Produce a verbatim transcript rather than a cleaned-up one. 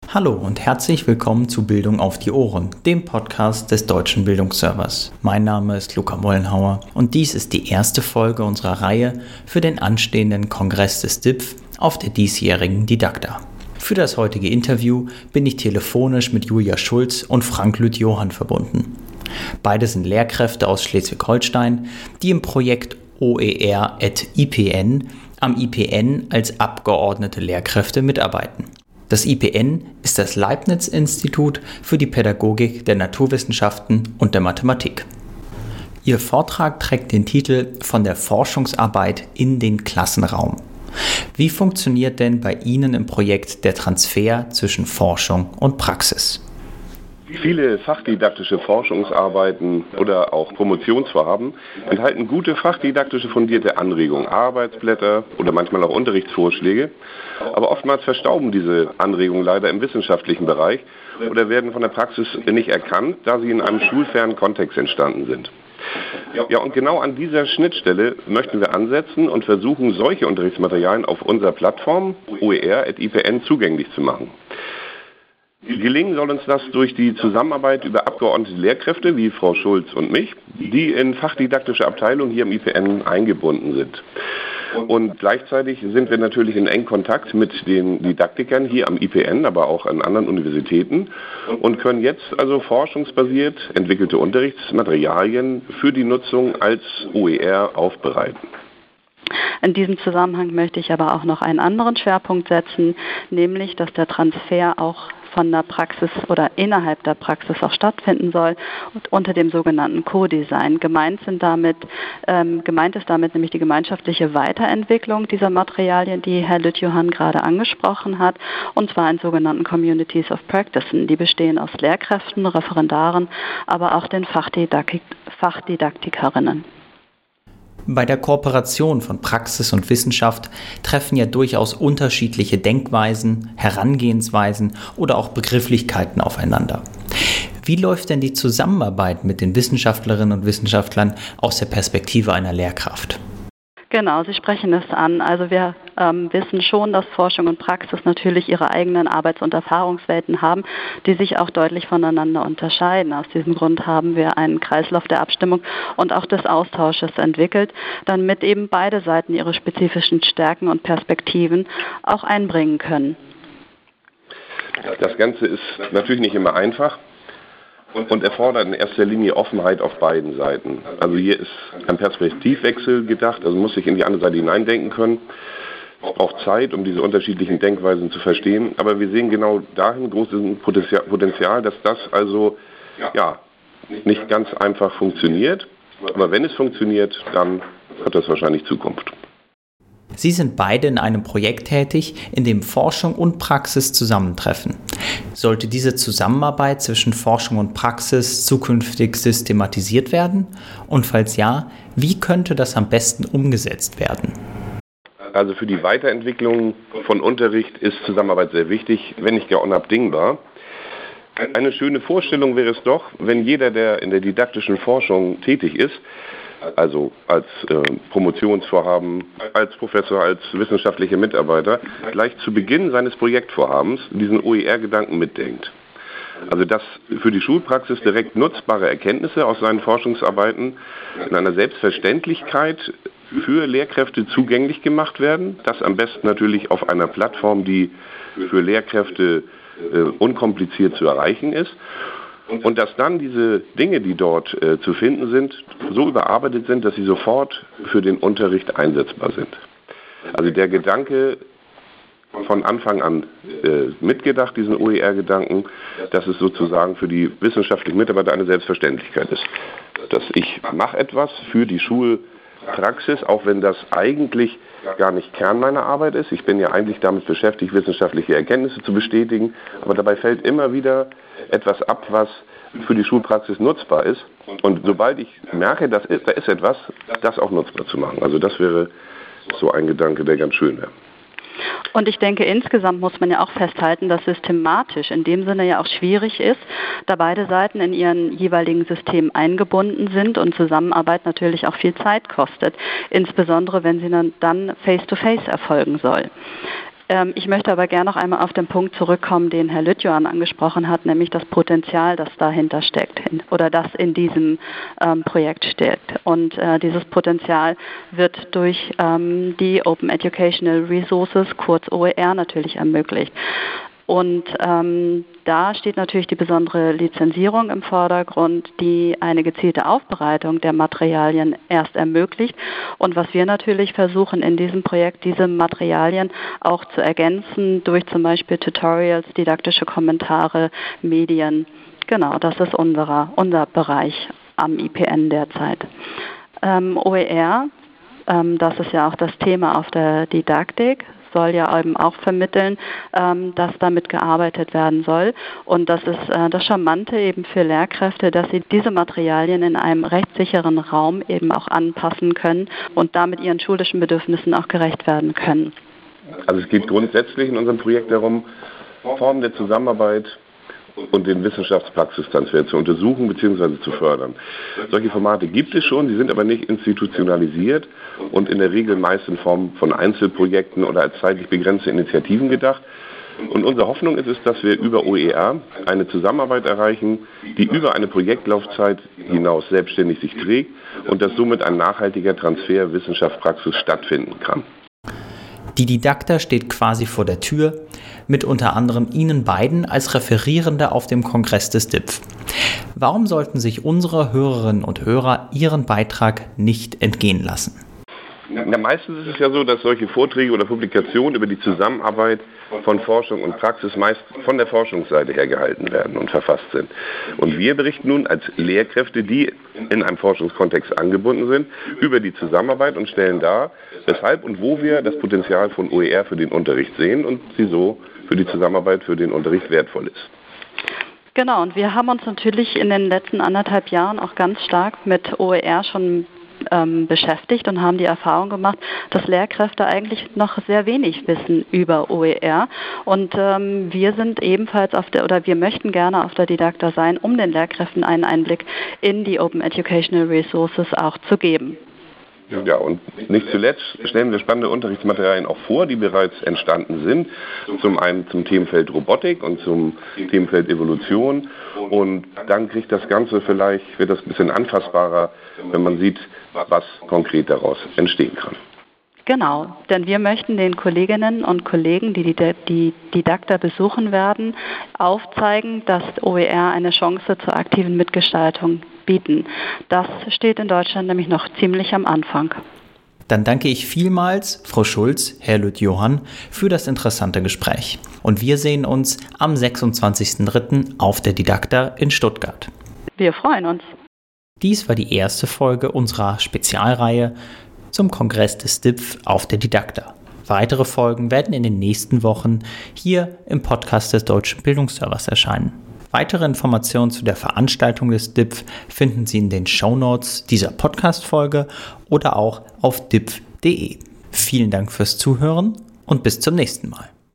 Hallo und herzlich willkommen zu Bildung auf die Ohren, dem Podcast des Deutschen Bildungsservers. Mein Name ist Luca Mollenhauer und dies ist die erste Folge unserer Reihe für den anstehenden Kongress des D I P F auf der diesjährigen Didakta. Für das heutige Interview bin ich telefonisch mit Julia Schulz und Frank Lüth-Johann verbunden. Beide sind Lehrkräfte aus Schleswig-Holstein, die im Projekt O E R at I P N am I P N als abgeordnete Lehrkräfte mitarbeiten. Das I P N ist das Leibniz-Institut für die Pädagogik der Naturwissenschaften und der Mathematik. Ihr Vortrag trägt den Titel Von der Forschungsarbeit in den Klassenraum. Wie funktioniert denn bei Ihnen im Projekt der Transfer zwischen Forschung und Praxis? Viele fachdidaktische Forschungsarbeiten oder auch Promotionsvorhaben enthalten gute fachdidaktische fundierte Anregungen, Arbeitsblätter oder manchmal auch Unterrichtsvorschläge. Aber oftmals verstauben diese Anregungen leider im wissenschaftlichen Bereich oder werden von der Praxis nicht erkannt, da sie in einem schulfernen Kontext entstanden sind. Ja, und genau an dieser Schnittstelle möchten wir ansetzen und versuchen, solche Unterrichtsmaterialien auf unserer Plattform O E R at I P N zugänglich zu machen. Gelingen soll uns das durch die Zusammenarbeit über abgeordnete Lehrkräfte wie Frau Schulz und mich, die in fachdidaktische Abteilungen hier im I P N eingebunden sind. Und gleichzeitig sind wir natürlich in engem Kontakt mit den Didaktikern hier am I P N, aber auch an anderen Universitäten und können jetzt also forschungsbasiert entwickelte Unterrichtsmaterialien für die Nutzung als O E R aufbereiten. In diesem Zusammenhang möchte ich aber auch noch einen anderen Schwerpunkt setzen, nämlich, dass der Transfer auch von der Praxis oder innerhalb der Praxis auch stattfinden soll und unter dem sogenannten Co-Design. Gemeint sind damit, ähm, gemeint ist damit nämlich die gemeinschaftliche Weiterentwicklung dieser Materialien, die Herr Lüth-Johann gerade angesprochen hat, und zwar in sogenannten Communities of Practice. Die bestehen aus Lehrkräften, Referendaren, aber auch den Fachdidaktik- Fachdidaktikerinnen. Bei der Kooperation von Praxis und Wissenschaft treffen ja durchaus unterschiedliche Denkweisen, Herangehensweisen oder auch Begrifflichkeiten aufeinander. Wie läuft denn die Zusammenarbeit mit den Wissenschaftlerinnen und Wissenschaftlern aus der Perspektive einer Lehrkraft? Genau, Sie sprechen es an. Also wir ähm, wissen schon, dass Forschung und Praxis natürlich ihre eigenen Arbeits- und Erfahrungswelten haben, die sich auch deutlich voneinander unterscheiden. Aus diesem Grund haben wir einen Kreislauf der Abstimmung und auch des Austausches entwickelt, damit eben beide Seiten ihre spezifischen Stärken und Perspektiven auch einbringen können. Das Ganze ist natürlich nicht immer einfach und erfordert in erster Linie Offenheit auf beiden Seiten. Also hier ist ein Perspektivwechsel gedacht, also muss sich in die andere Seite hineindenken können. Auch Zeit, um diese unterschiedlichen Denkweisen zu verstehen. Aber wir sehen genau dahin großes Potenzial, dass das also ja nicht ganz einfach funktioniert. Aber wenn es funktioniert, dann hat das wahrscheinlich Zukunft. Sie sind beide in einem Projekt tätig, in dem Forschung und Praxis zusammentreffen. Sollte diese Zusammenarbeit zwischen Forschung und Praxis zukünftig systematisiert werden? Und falls ja, wie könnte das am besten umgesetzt werden? Also für die Weiterentwicklung von Unterricht ist Zusammenarbeit sehr wichtig, wenn nicht gar unabdingbar. Eine schöne Vorstellung wäre es doch, wenn jeder, der in der didaktischen Forschung tätig ist, also als äh, Promotionsvorhaben, als Professor, als wissenschaftlicher Mitarbeiter, gleich zu Beginn seines Projektvorhabens diesen O E R-Gedanken mitdenkt. Also dass für die Schulpraxis direkt nutzbare Erkenntnisse aus seinen Forschungsarbeiten in einer Selbstverständlichkeit für Lehrkräfte zugänglich gemacht werden. Das am besten natürlich auf einer Plattform, die für Lehrkräfte äh, unkompliziert zu erreichen ist. Und dass dann diese Dinge, die dort äh, zu finden sind, so überarbeitet sind, dass sie sofort für den Unterricht einsetzbar sind. Also der Gedanke von Anfang an äh, mitgedacht, diesen O E R-Gedanken, dass es sozusagen für die wissenschaftlichen Mitarbeiter eine Selbstverständlichkeit ist. Dass ich mache etwas für die Schulpraxis, auch wenn das eigentlich gar nicht Kern meiner Arbeit ist. Ich bin ja eigentlich damit beschäftigt, wissenschaftliche Erkenntnisse zu bestätigen, aber dabei fällt immer wieder etwas ab, was für die Schulpraxis nutzbar ist. Und sobald ich merke, dass ist, da ist etwas, das auch nutzbar zu machen. Also das wäre so ein Gedanke, der ganz schön wäre. Und ich denke, insgesamt muss man ja auch festhalten, dass systematisch in dem Sinne ja auch schwierig ist, da beide Seiten in ihren jeweiligen Systemen eingebunden sind und Zusammenarbeit natürlich auch viel Zeit kostet, insbesondere wenn sie dann face-to-face erfolgen soll. Ähm, ich möchte aber gerne noch einmal auf den Punkt zurückkommen, den Herr Lüttjohann angesprochen hat, nämlich das Potenzial, das dahinter steckt oder das in diesem ähm, Projekt steckt. Und äh, dieses Potenzial wird durch ähm, die Open Educational Resources, kurz O E R, natürlich ermöglicht. Und ähm, da steht natürlich die besondere Lizenzierung im Vordergrund, die eine gezielte Aufbereitung der Materialien erst ermöglicht. Und was wir natürlich versuchen in diesem Projekt, diese Materialien auch zu ergänzen durch zum Beispiel Tutorials, didaktische Kommentare, Medien. Genau, das ist unserer, unser Bereich am I P N derzeit. Ähm, O E R, ähm, das ist ja auch das Thema auf der Didaktik, soll ja eben auch vermitteln, ähm, dass damit gearbeitet werden soll. Und das ist äh, das Charmante eben für Lehrkräfte, dass sie diese Materialien in einem rechtssicheren Raum eben auch anpassen können und damit ihren schulischen Bedürfnissen auch gerecht werden können. Also es geht grundsätzlich in unserem Projekt darum, Formen der Zusammenarbeit und den Wissenschaftspraxistransfer zu untersuchen bzw. zu fördern. Solche Formate gibt es schon, sie sind aber nicht institutionalisiert und in der Regel meist in Form von Einzelprojekten oder als zeitlich begrenzte Initiativen gedacht. Und unsere Hoffnung ist es, dass wir über O E R eine Zusammenarbeit erreichen, die über eine Projektlaufzeit hinaus selbstständig sich trägt und dass somit ein nachhaltiger Transfer Wissenschaftspraxis stattfinden kann. Die Didakta steht quasi vor der Tür, mit unter anderem Ihnen beiden als Referierende auf dem Kongress des D I P F. Warum sollten sich unsere Hörerinnen und Hörer Ihren Beitrag nicht entgehen lassen? Ja, meistens ist es ja so, dass solche Vorträge oder Publikationen über die Zusammenarbeit von Forschung und Praxis meist von der Forschungsseite her gehalten werden und verfasst sind. Und wir berichten nun als Lehrkräfte, die in einem Forschungskontext angebunden sind, über die Zusammenarbeit und stellen dar, weshalb und wo wir das Potenzial von O E R für den Unterricht sehen und sie so für die Zusammenarbeit für den Unterricht wertvoll ist. Genau, und wir haben uns natürlich in den letzten anderthalb Jahren auch ganz stark mit O E R schon ähm, beschäftigt und haben die Erfahrung gemacht, dass Lehrkräfte eigentlich noch sehr wenig wissen über O E R. Und ähm, wir sind ebenfalls auf der, oder wir möchten gerne auf der Didakta sein, um den Lehrkräften einen Einblick in die Open Educational Resources auch zu geben. Ja, und nicht zuletzt stellen wir spannende Unterrichtsmaterialien auch vor, die bereits entstanden sind. Zum einen zum Themenfeld Robotik und zum Themenfeld Evolution. Und dann kriegt das Ganze vielleicht, wird das ein bisschen anfassbarer, wenn man sieht, was konkret daraus entstehen kann. Genau, denn wir möchten den Kolleginnen und Kollegen, die die, die Didakta besuchen werden, aufzeigen, dass O E R eine Chance zur aktiven Mitgestaltung bieten. Das steht in Deutschland nämlich noch ziemlich am Anfang. Dann danke ich vielmals, Frau Schulz, Herr Lüttjohann, für das interessante Gespräch. Und wir sehen uns am sechsundzwanzigsten dritten auf der Didakta in Stuttgart. Wir freuen uns. Dies war die erste Folge unserer Spezialreihe zum Kongress des D I P F auf der Didakta. Weitere Folgen werden in den nächsten Wochen hier im Podcast des Deutschen Bildungsservers erscheinen. Weitere Informationen zu der Veranstaltung des D I P F finden Sie in den Shownotes dieser Podcast-Folge oder auch auf dipf punkt de. Vielen Dank fürs Zuhören und bis zum nächsten Mal.